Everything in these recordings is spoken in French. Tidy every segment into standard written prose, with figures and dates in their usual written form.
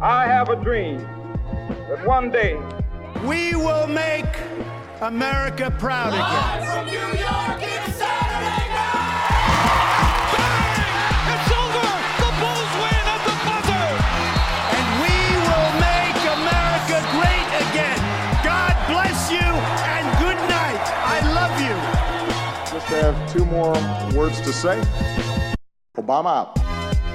I have a dream that one day we will make America proud again. Live from New York, it's Saturday night! Bang! It's over! The Bulls win at the buzzer! And we will make America great again. God bless you and good night. I love you. Just have two more words to say. Obama out.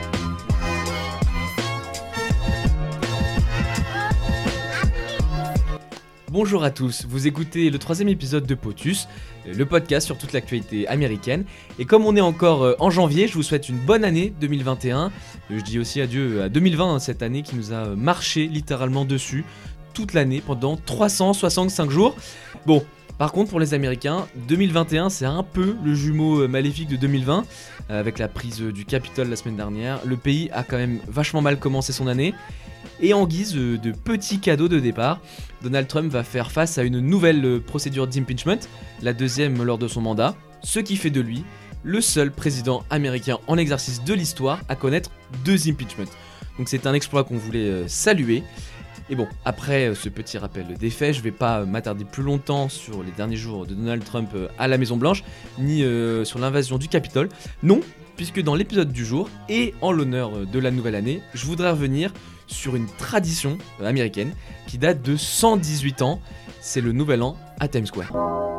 Bonjour à tous, vous écoutez le 3e épisode de POTUS, le podcast sur toute l'actualité américaine. Et comme on est encore en janvier, je vous souhaite une bonne année 2021. Je dis aussi adieu à 2020, cette année qui nous a marché littéralement dessus toute l'année pendant 365 jours. Bon, par contre pour les Américains, 2021 c'est un peu le jumeau maléfique de 2020. Avec la prise du Capitole la semaine dernière, le pays a quand même vachement mal commencé son année. Et en guise de petits cadeaux de départ, Donald Trump va faire face à une nouvelle procédure d'impeachment, la deuxième lors de son mandat, ce qui fait de lui le seul président américain en exercice de l'histoire à connaître 2 impeachments. Donc c'est un exploit qu'on voulait saluer. Et bon, après ce petit rappel des faits, je vais pas m'attarder plus longtemps sur les derniers jours de Donald Trump à la Maison Blanche, ni sur l'invasion du Capitole. Non, puisque dans l'épisode du jour, et en l'honneur de la nouvelle année, je voudrais revenir sur une tradition américaine qui date de 118 ans, c'est le Nouvel An à Times Square.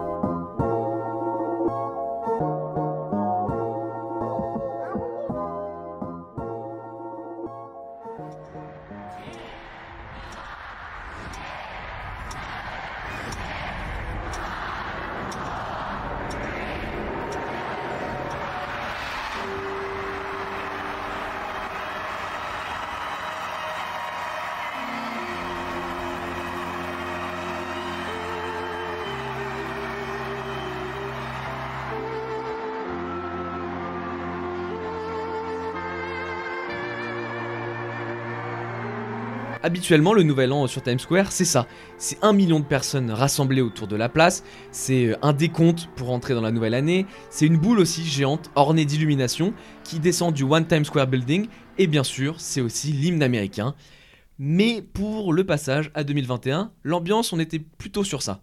Habituellement, le Nouvel An sur Times Square, c'est ça. C'est 1 million de personnes rassemblées autour de la place, c'est un décompte pour entrer dans la nouvelle année, c'est une boule aussi géante ornée d'illumination qui descend du One Times Square Building, et bien sûr, c'est aussi l'hymne américain. Mais pour le passage à 2021, l'ambiance, on était plutôt sur ça.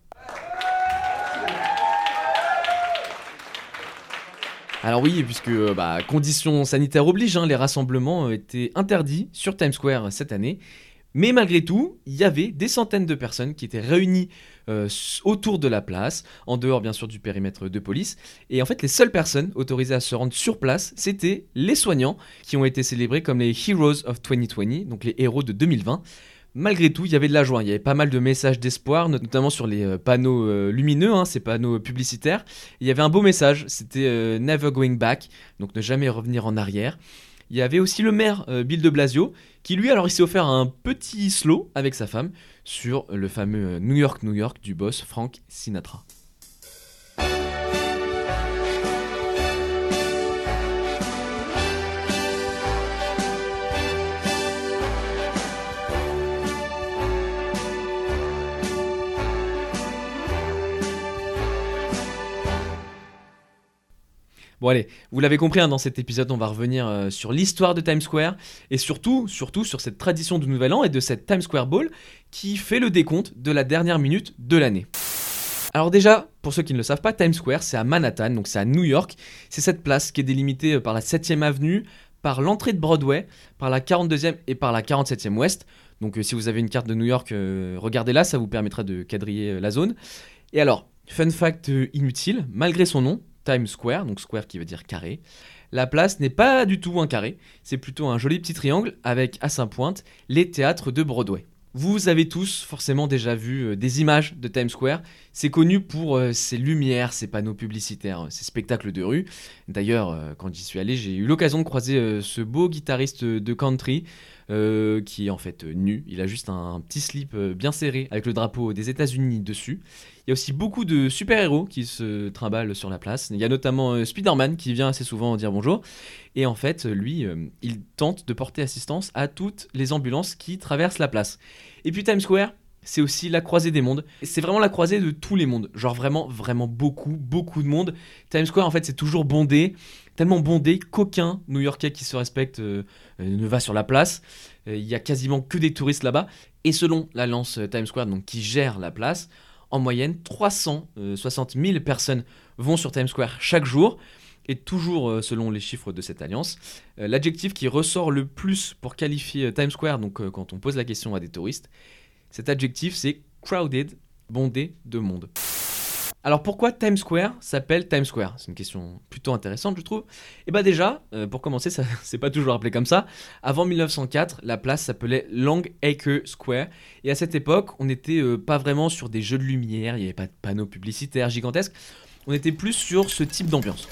Alors oui, puisque conditions sanitaires obligent, les rassemblements étaient interdits sur Times Square cette année. Mais malgré tout, il y avait des centaines de personnes qui étaient réunies autour de la place, en dehors bien sûr du périmètre de police. Et en fait, les seules personnes autorisées à se rendre sur place, c'était les soignants, qui ont été célébrés comme les Heroes of 2020, donc les héros de 2020. Malgré tout, il y avait de la joie, il y avait pas mal de messages d'espoir, notamment sur les panneaux lumineux, ces panneaux publicitaires. Il y avait un beau message, c'était Never Going Back, donc ne jamais revenir en arrière. Il y avait aussi le maire Bill de Blasio, qui lui, alors il s'est offert un petit slow avec sa femme sur le fameux New York, New York du boss Frank Sinatra. Bon allez, vous l'avez compris, dans cet épisode, on va revenir sur l'histoire de Times Square et surtout sur cette tradition du Nouvel An et de cette Times Square Ball qui fait le décompte de la dernière minute de l'année. Alors déjà, pour ceux qui ne le savent pas, Times Square, c'est à Manhattan, donc c'est à New York. C'est cette place qui est délimitée par la 7e avenue, par l'entrée de Broadway, par la 42e et par la 47e Ouest. Donc si vous avez une carte de New York, regardez-la, ça vous permettra de quadriller la zone. Et alors, fun fact inutile, malgré son nom, Times Square, donc square qui veut dire carré, la place n'est pas du tout un carré, c'est plutôt un joli petit triangle avec à sa pointe les théâtres de Broadway. Vous avez tous forcément déjà vu des images de Times Square, c'est connu pour ses lumières, ses panneaux publicitaires, ses spectacles de rue. D'ailleurs, quand j'y suis allé, j'ai eu l'occasion de croiser ce beau guitariste de country qui est en fait nu, il a juste un petit slip bien serré avec le drapeau des États-Unis dessus. Il y a aussi beaucoup de super-héros qui se trimballent sur la place. Il y a notamment Spider-Man qui vient assez souvent dire bonjour. Et en fait, lui, il tente de porter assistance à toutes les ambulances qui traversent la place. Et puis Times Square, c'est aussi la croisée des mondes. C'est vraiment la croisée de tous les mondes. Genre vraiment, vraiment beaucoup de monde. Times Square, en fait, c'est toujours bondé. Tellement bondé qu'aucun New-Yorkais qui se respecte ne va sur la place. Il y a quasiment que des touristes là-bas. Et selon l'Alliance Times Square, donc, qui gère la place, en moyenne, 360 000 personnes vont sur Times Square chaque jour. Et toujours selon les chiffres de cette alliance, l'adjectif qui ressort le plus pour qualifier Times Square, donc quand on pose la question à des touristes, cet adjectif c'est crowded, bondé de monde. Alors pourquoi Times Square s'appelle Times Square ? C'est une question plutôt intéressante je trouve. Et bah déjà, pour commencer, ça c'est pas toujours appelé comme ça. Avant 1904, la place s'appelait Longacre Square. Et à cette époque, on n'était pas vraiment sur des jeux de lumière, il n'y avait pas de panneaux publicitaires gigantesques. On était plus sur ce type d'ambiance.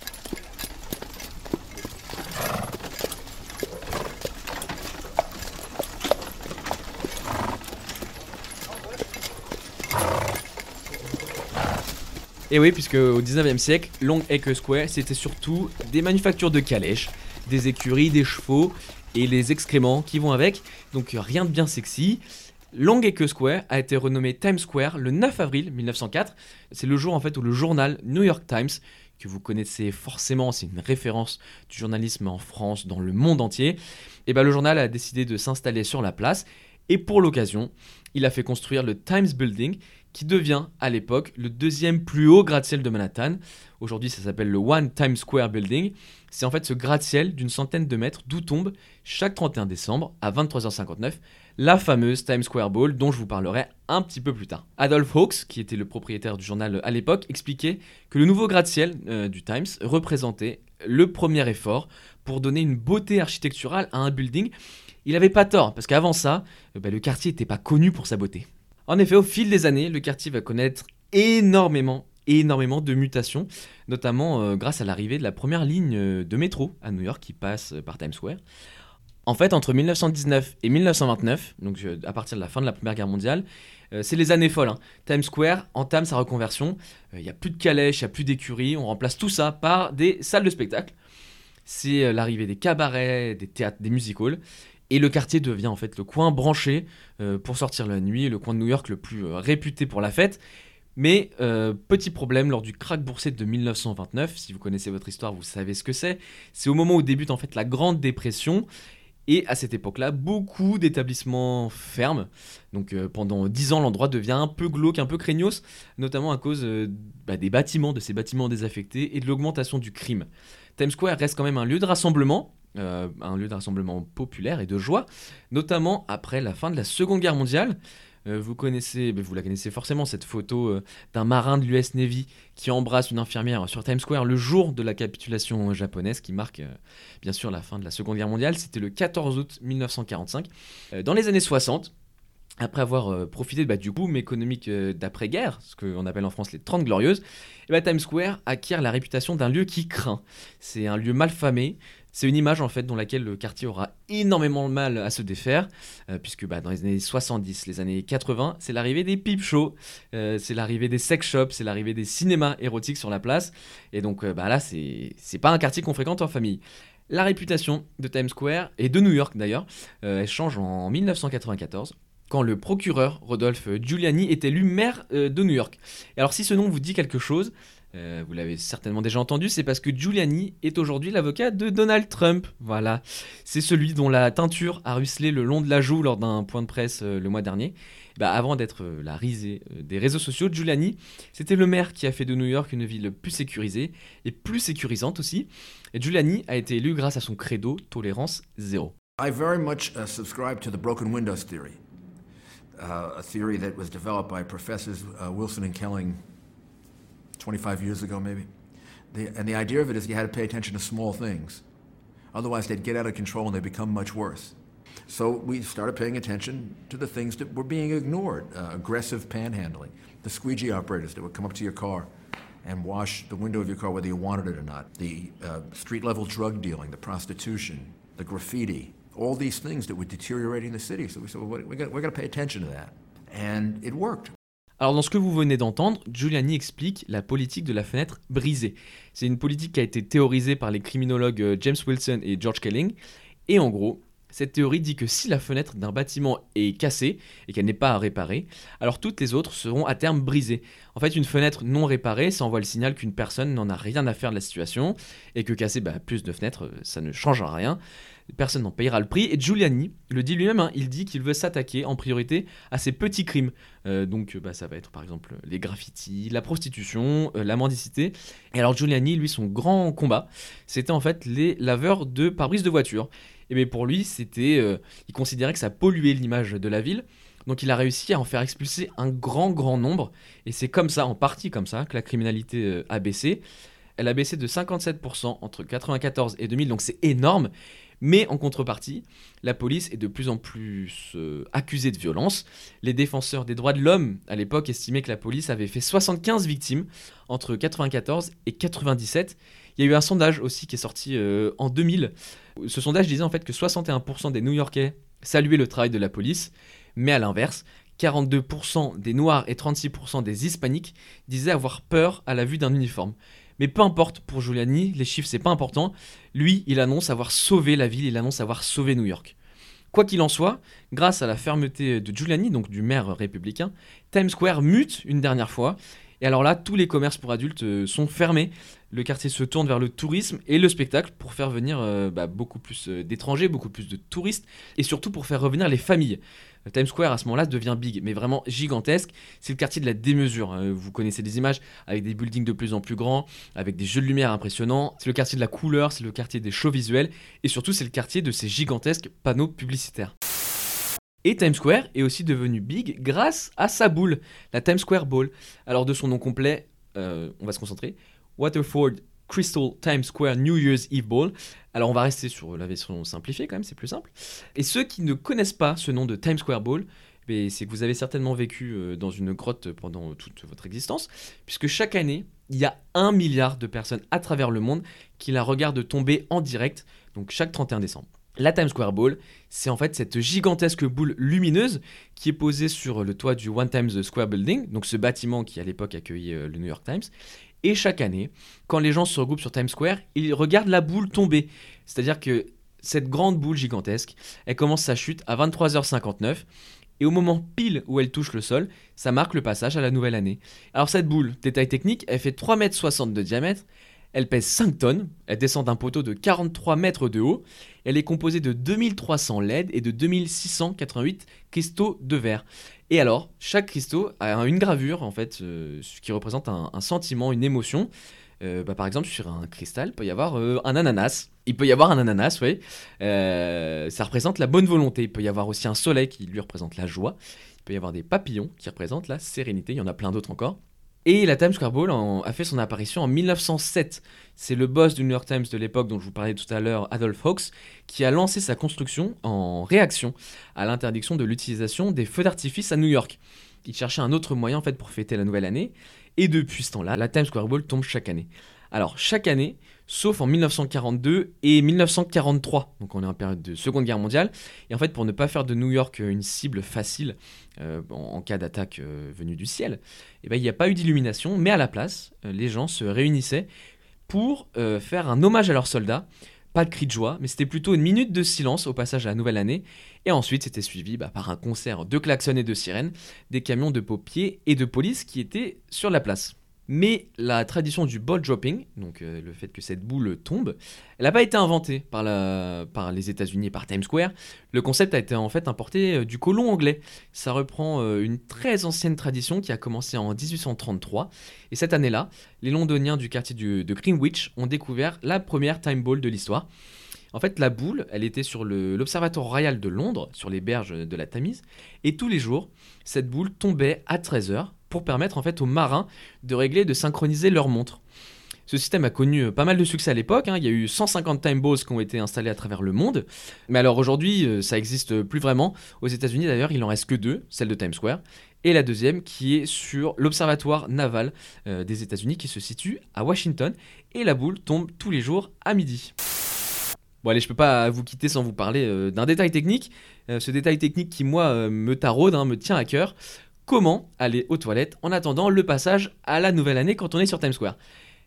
Et oui, puisque au 19e siècle, Longacre Square, c'était surtout des manufactures de calèches, des écuries, des chevaux et les excréments qui vont avec, donc rien de bien sexy. Longacre Square a été renommé Times Square le 9 avril 1904. C'est le jour en fait où le journal New York Times, que vous connaissez forcément, c'est une référence du journalisme en France, dans le monde entier, et le journal a décidé de s'installer sur la place. Et pour l'occasion, il a fait construire le Times Building, qui devient à l'époque le deuxième plus haut gratte-ciel de Manhattan. Aujourd'hui, ça s'appelle le One Times Square Building. C'est en fait ce gratte-ciel d'une centaine de mètres d'où tombe, chaque 31 décembre, à 23h59, la fameuse Times Square Ball, dont je vous parlerai un petit peu plus tard. Adolph Hawks, qui était le propriétaire du journal à l'époque, expliquait que le nouveau gratte-ciel du Times représentait le premier effort pour donner une beauté architecturale à un building. Il avait pas tort, parce qu'avant ça, le quartier n'était pas connu pour sa beauté. En effet, au fil des années, le quartier va connaître énormément de mutations, notamment grâce à l'arrivée de la première ligne de métro à New York qui passe par Times Square. En fait, entre 1919 et 1929, donc à partir de la fin de la Première Guerre mondiale, c'est les années folles. Times Square entame sa reconversion, il n'y a plus de calèches, il n'y a plus d'écuries, on remplace tout ça par des salles de spectacle. C'est l'arrivée des cabarets, des théâtres, des music-halls. Et le quartier devient en fait le coin branché pour sortir la nuit, le coin de New York le plus réputé pour la fête. Mais petit problème, lors du krach boursier de 1929, si vous connaissez votre histoire, vous savez ce que c'est. C'est au moment où débute en fait la Grande Dépression. Et à cette époque-là, beaucoup d'établissements ferment. Donc pendant 10 ans, l'endroit devient un peu glauque, un peu craignos, notamment à cause des bâtiments, de ces bâtiments désaffectés et de l'augmentation du crime. Times Square reste quand même un lieu de rassemblement populaire et de joie, notamment après la fin de la Seconde Guerre mondiale. Vous la connaissez forcément, cette photo d'un marin de l'US Navy qui embrasse une infirmière sur Times Square le jour de la capitulation japonaise qui marque bien sûr la fin de la Seconde Guerre mondiale. C'était le 14 août 1945. Dans les années 60, après avoir profité du boom économique d'après-guerre, ce qu'on appelle en France les 30 Glorieuses, Times Square acquiert la réputation d'un lieu qui craint. C'est un lieu malfamé. C'est une image en fait dans laquelle le quartier aura énormément de mal à se défaire, puisque dans les années 70, les années 80, c'est l'arrivée des peep shows, c'est l'arrivée des sex shops, c'est l'arrivée des cinémas érotiques sur la place, et donc là c'est pas un quartier qu'on fréquente en famille. La réputation de Times Square, et de New York d'ailleurs, elle change en 1994, quand le procureur Rodolphe Giuliani est élu maire de New York. Et alors si ce nom vous dit quelque chose, vous l'avez certainement déjà entendu, c'est parce que Giuliani est aujourd'hui l'avocat de Donald Trump. Voilà, c'est celui dont la teinture a ruisselé le long de la joue lors d'un point de presse le mois dernier. Avant d'être la risée des réseaux sociaux, Giuliani, c'était le maire qui a fait de New York une ville plus sécurisée et plus sécurisante aussi. Et Giuliani a été élu grâce à son credo tolérance zéro. I very much subscribe to the broken windows theory, a theory that was developed by professors Wilson and Kelling 25 years ago, maybe. And the idea of it is you had to pay attention to small things. Otherwise, they'd get out of control and they become much worse. So we started paying attention to the things that were being ignored. Aggressive panhandling, the squeegee operators that would come up to your car and wash the window of your car whether you wanted it or not. The street-level drug dealing, the prostitution, the graffiti, all these things that were deteriorating the city. So we said, well, we're going to pay attention to that. And it worked. Alors dans ce que vous venez d'entendre, Giuliani explique la politique de la fenêtre brisée. C'est une politique qui a été théorisée par les criminologues James Wilson et George Kelling. Et en gros, Cette théorie dit que si la fenêtre d'un bâtiment est cassée et qu'elle n'est pas à réparer, alors toutes les autres seront à terme brisées. En fait, une fenêtre non réparée, ça envoie le signal qu'une personne n'en a rien à faire de la situation et que casser plus de fenêtres, ça ne changera rien. Personne n'en payera le prix. Et Giuliani le dit lui-même, il dit qu'il veut s'attaquer en priorité à ces petits crimes. Donc ça va être par exemple les graffitis, la prostitution, la mendicité. Et alors Giuliani, lui, son grand combat, c'était en fait les laveurs de pare-brise de voitures. Et bien pour lui, il considérait que ça polluait l'image de la ville. Donc il a réussi à en faire expulser un grand nombre. Et c'est comme ça, en partie comme ça, que la criminalité a baissé. Elle a baissé de 57% entre 1994 et 2000, donc c'est énorme. Mais en contrepartie, la police est de plus en plus accusée de violence. Les défenseurs des droits de l'homme, à l'époque, estimaient que la police avait fait 75 victimes entre 1994 et 1997. Il y a eu un sondage aussi qui est sorti en 2000. Ce sondage disait en fait que 61% des New-Yorkais saluaient le travail de la police, mais à l'inverse, 42% des Noirs et 36% des Hispaniques disaient avoir peur à la vue d'un uniforme. Mais peu importe pour Giuliani, les chiffres c'est pas important. Lui, il annonce avoir sauvé la ville, il annonce avoir sauvé New York. Quoi qu'il en soit, grâce à la fermeté de Giuliani, donc du maire républicain, Times Square mute une dernière fois. Et alors là, tous les commerces pour adultes sont fermés. Le quartier se tourne vers le tourisme et le spectacle pour faire venir beaucoup plus d'étrangers, beaucoup plus de touristes et surtout pour faire revenir les familles. Times Square à ce moment-là devient big, mais vraiment gigantesque. C'est le quartier de la démesure. Vous connaissez des images avec des buildings de plus en plus grands, avec des jeux de lumière impressionnants. C'est le quartier de la couleur, c'est le quartier des shows visuels et surtout c'est le quartier de ces gigantesques panneaux publicitaires. Et Times Square est aussi devenu big grâce à sa boule, la Times Square Ball. Alors de son nom complet, on va se concentrer. Waterford Crystal Times Square New Year's Eve Ball. Alors on va rester sur la version simplifiée quand même, c'est plus simple. Et ceux qui ne connaissent pas ce nom de Times Square Ball, c'est que vous avez certainement vécu dans une grotte pendant toute votre existence, puisque chaque année, il y a 1 milliard de personnes à travers le monde qui la regardent tomber en direct, donc chaque 31 décembre. La Times Square Ball, c'est en fait cette gigantesque boule lumineuse qui est posée sur le toit du One Times Square Building, donc ce bâtiment qui à l'époque accueillait le New York Times. Et chaque année, quand les gens se regroupent sur Times Square, ils regardent la boule tomber. C'est-à-dire que cette grande boule gigantesque, elle commence sa chute à 23h59 et au moment pile où elle touche le sol, ça marque le passage à la nouvelle année. Alors cette boule, détail technique, elle fait 3,60 m de diamètre, elle pèse 5 tonnes, elle descend d'un poteau de 43 mètres de haut, elle est composée de 2300 LED et de 2688 cristaux de verre. Et alors, chaque cristaux a une gravure en fait, qui représente un sentiment, une émotion. Par exemple, sur un cristal, il peut y avoir un ananas. Oui. Ça représente la bonne volonté. Il peut y avoir aussi un soleil qui lui représente la joie. Il peut y avoir des papillons qui représentent la sérénité. Il y en a plein d'autres encore. Et la Times Square Ball a fait son apparition en 1907. C'est le boss du New York Times de l'époque dont je vous parlais tout à l'heure, Adolph Hawks, qui a lancé sa construction en réaction à l'interdiction de l'utilisation des feux d'artifice à New York. Il cherchait un autre moyen en fait pour fêter la nouvelle année. Et depuis ce temps-là, la Times Square Ball tombe chaque année. Alors chaque année, sauf en 1942 et 1943, donc on est en période de Seconde Guerre mondiale, et en fait pour ne pas faire de New York une cible facile en cas d'attaque venue du ciel, il n'y a pas eu d'illumination, mais à la place, les gens se réunissaient pour faire un hommage à leurs soldats. Pas de cri de joie, mais c'était plutôt une minute de silence au passage à la nouvelle année, et ensuite c'était suivi par un concert de klaxons et de sirènes, des camions de pompiers et de police qui étaient sur la place. Mais la tradition du ball dropping, donc le fait que cette boule tombe, elle n'a pas été inventée par les États-Unis et par Times Square. Le concept a été en fait importé du colon anglais. Ça reprend une très ancienne tradition qui a commencé en 1833. Et cette année-là, les Londoniens du quartier de Greenwich ont découvert la première time ball de l'histoire. En fait, la boule, elle était sur l'Observatoire Royal de Londres, sur les berges de la Tamise. Et tous les jours, cette boule tombait à 13h. Pour permettre en fait aux marins de régler et de synchroniser leurs montres. Ce système a connu pas mal de succès à l'époque, il y a eu 150 time balls qui ont été installés à travers le monde, mais alors aujourd'hui ça n'existe plus vraiment. Aux États-Unis d'ailleurs il en reste que 2, celle de Times Square, et la deuxième qui est sur l'Observatoire naval des États-Unis qui se situe à Washington, et la boule tombe tous les jours à midi. Bon allez, je peux pas vous quitter sans vous parler d'un détail technique, ce détail technique qui moi me taraude, me tient à cœur. Comment aller aux toilettes en attendant le passage à la nouvelle année quand on est sur Times Square ?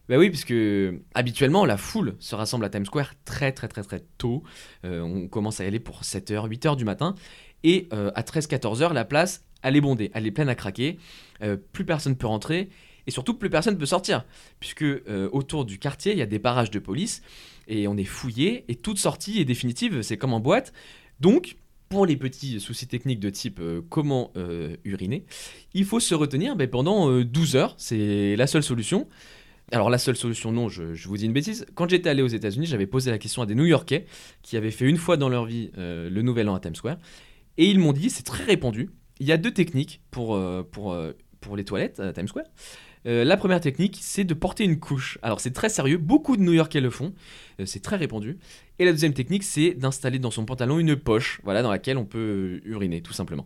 Bah oui, puisque habituellement la foule se rassemble à Times Square très tôt. On commence à y aller pour 7h, 8h du matin. Et à 13-14h, la place, elle est bondée, elle est pleine à craquer. Plus personne peut rentrer et surtout plus personne peut sortir. Puisque autour du quartier, il y a des barrages de police et on est fouillé. Et toute sortie est définitive, c'est comme en boîte. Donc, pour les petits soucis techniques de type comment uriner, il faut se retenir pendant 12 heures. C'est la seule solution. Alors la seule solution, non, je vous dis une bêtise. Quand j'étais allé aux États-Unis, j'avais posé la question à des New-Yorkais qui avaient fait une fois dans leur vie le Nouvel An à Times Square. Et ils m'ont dit, c'est très répandu, il y a 2 techniques pour les toilettes à Times Square. La première technique, c'est de porter une couche. Alors c'est très sérieux, beaucoup de New-Yorkais le font, c'est très répandu. Et la deuxième technique, c'est d'installer dans son pantalon une poche, voilà, dans laquelle on peut uriner, tout simplement.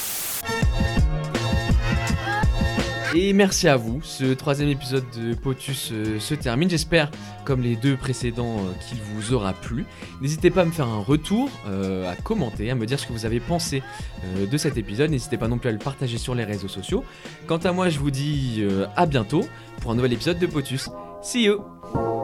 Et merci à vous, ce 3e épisode de Potus se termine, j'espère comme les 2 précédents qu'il vous aura plu. N'hésitez pas à me faire un retour, à commenter, à me dire ce que vous avez pensé de cet épisode, n'hésitez pas non plus à le partager sur les réseaux sociaux. Quant à moi je vous dis à bientôt pour un nouvel épisode de Potus, see you.